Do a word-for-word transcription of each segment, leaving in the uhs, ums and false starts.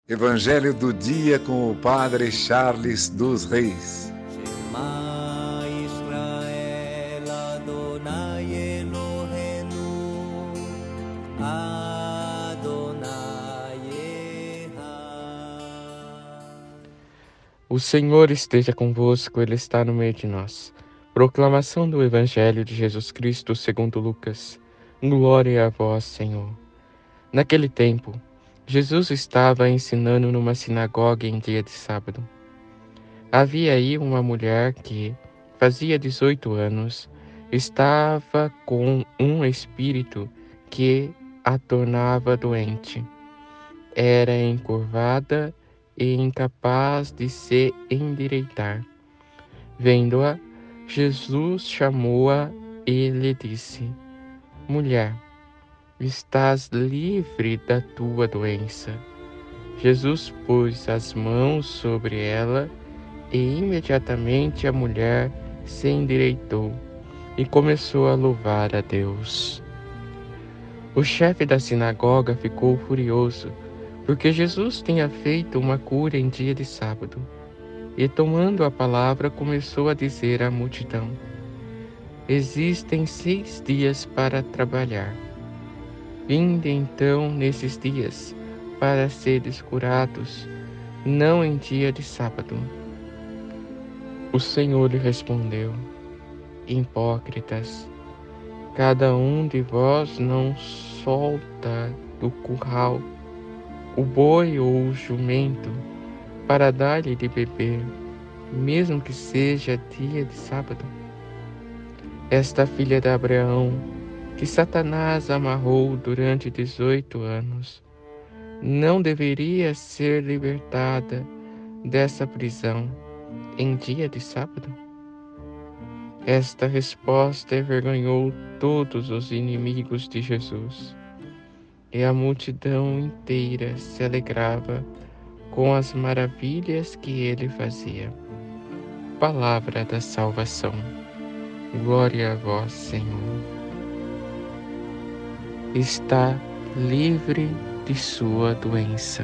Evangelho do dia com o Padre Charles dos Reis. Shema Israel Adonai Eloheinu Adonai Echad. O Senhor esteja convosco, Ele está no meio de nós. Proclamação do Evangelho de Jesus Cristo segundo Lucas. Glória a vós, Senhor. Naquele tempo, Jesus estava ensinando numa sinagoga em dia de sábado. Havia aí uma mulher que, fazia dezoito anos, estava com um espírito que a tornava doente. Era encurvada e incapaz de se endireitar. Vendo-a, Jesus chamou-a e lhe disse: Mulher, estás livre da tua doença. Jesus pôs as mãos sobre ela e imediatamente a mulher se endireitou e começou a louvar a Deus. O chefe da sinagoga ficou furioso, porque Jesus tinha feito uma cura em dia de sábado. E tomando a palavra, começou a dizer à multidão: Existem seis dias para trabalhar. Vinde então nesses dias para seres curados, não em dia de sábado. O Senhor lhe respondeu: Hipócritas, cada um de vós não solta do curral o boi ou o jumento para dar-lhe de beber, mesmo que seja dia de sábado? Esta filha de Abraão, que Satanás amarrou durante dezoito anos, não deveria ser libertada dessa prisão em dia de sábado? Esta resposta envergonhou todos os inimigos de Jesus, e a multidão inteira se alegrava com as maravilhas que ele fazia. Palavra da salvação. Glória a vós, Senhor. Está livre de sua doença.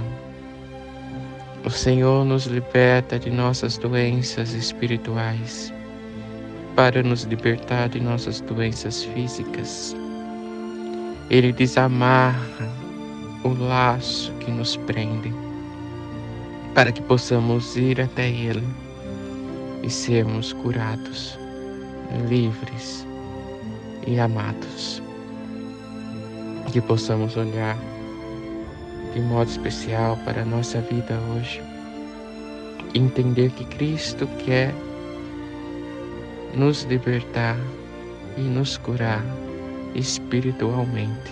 O Senhor nos liberta de nossas doenças espirituais, para nos libertar de nossas doenças físicas. Ele desamarra o laço que nos prende, para que possamos ir até Ele e sermos curados, livres e amados. Que possamos olhar de modo especial para a nossa vida hoje e entender que Cristo quer nos libertar e nos curar espiritualmente,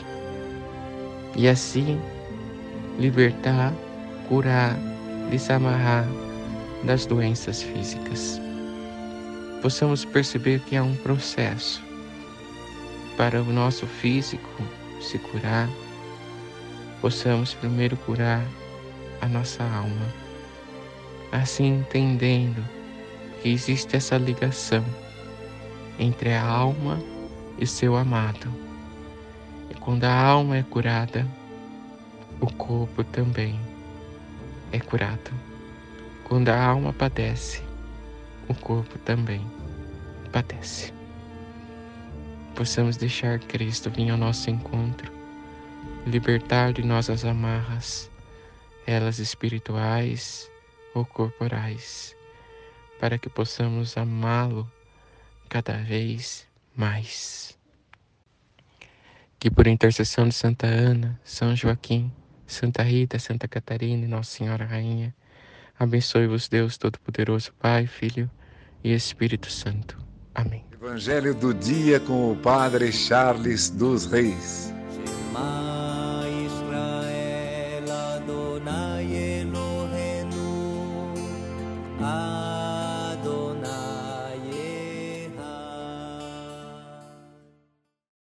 e assim libertar, curar, desamarrar das doenças físicas. Possamos perceber que é um processo para o nosso físico se curar. Possamos primeiro curar a nossa alma, assim entendendo que existe essa ligação entre a alma e seu amado. E quando a alma é curada, o corpo também é curado. Quando a alma padece, o corpo também padece. Possamos deixar Cristo vir ao nosso encontro, libertar de nossas amarras, elas espirituais ou corporais, para que possamos amá-lo cada vez mais. Que por intercessão de Santa Ana, São Joaquim, Santa Rita, Santa Catarina e Nossa Senhora Rainha, abençoe-vos Deus Todo-Poderoso, Pai, Filho e Espírito Santo. Amém. Evangelho do dia com o Padre Charles dos Reis. Shema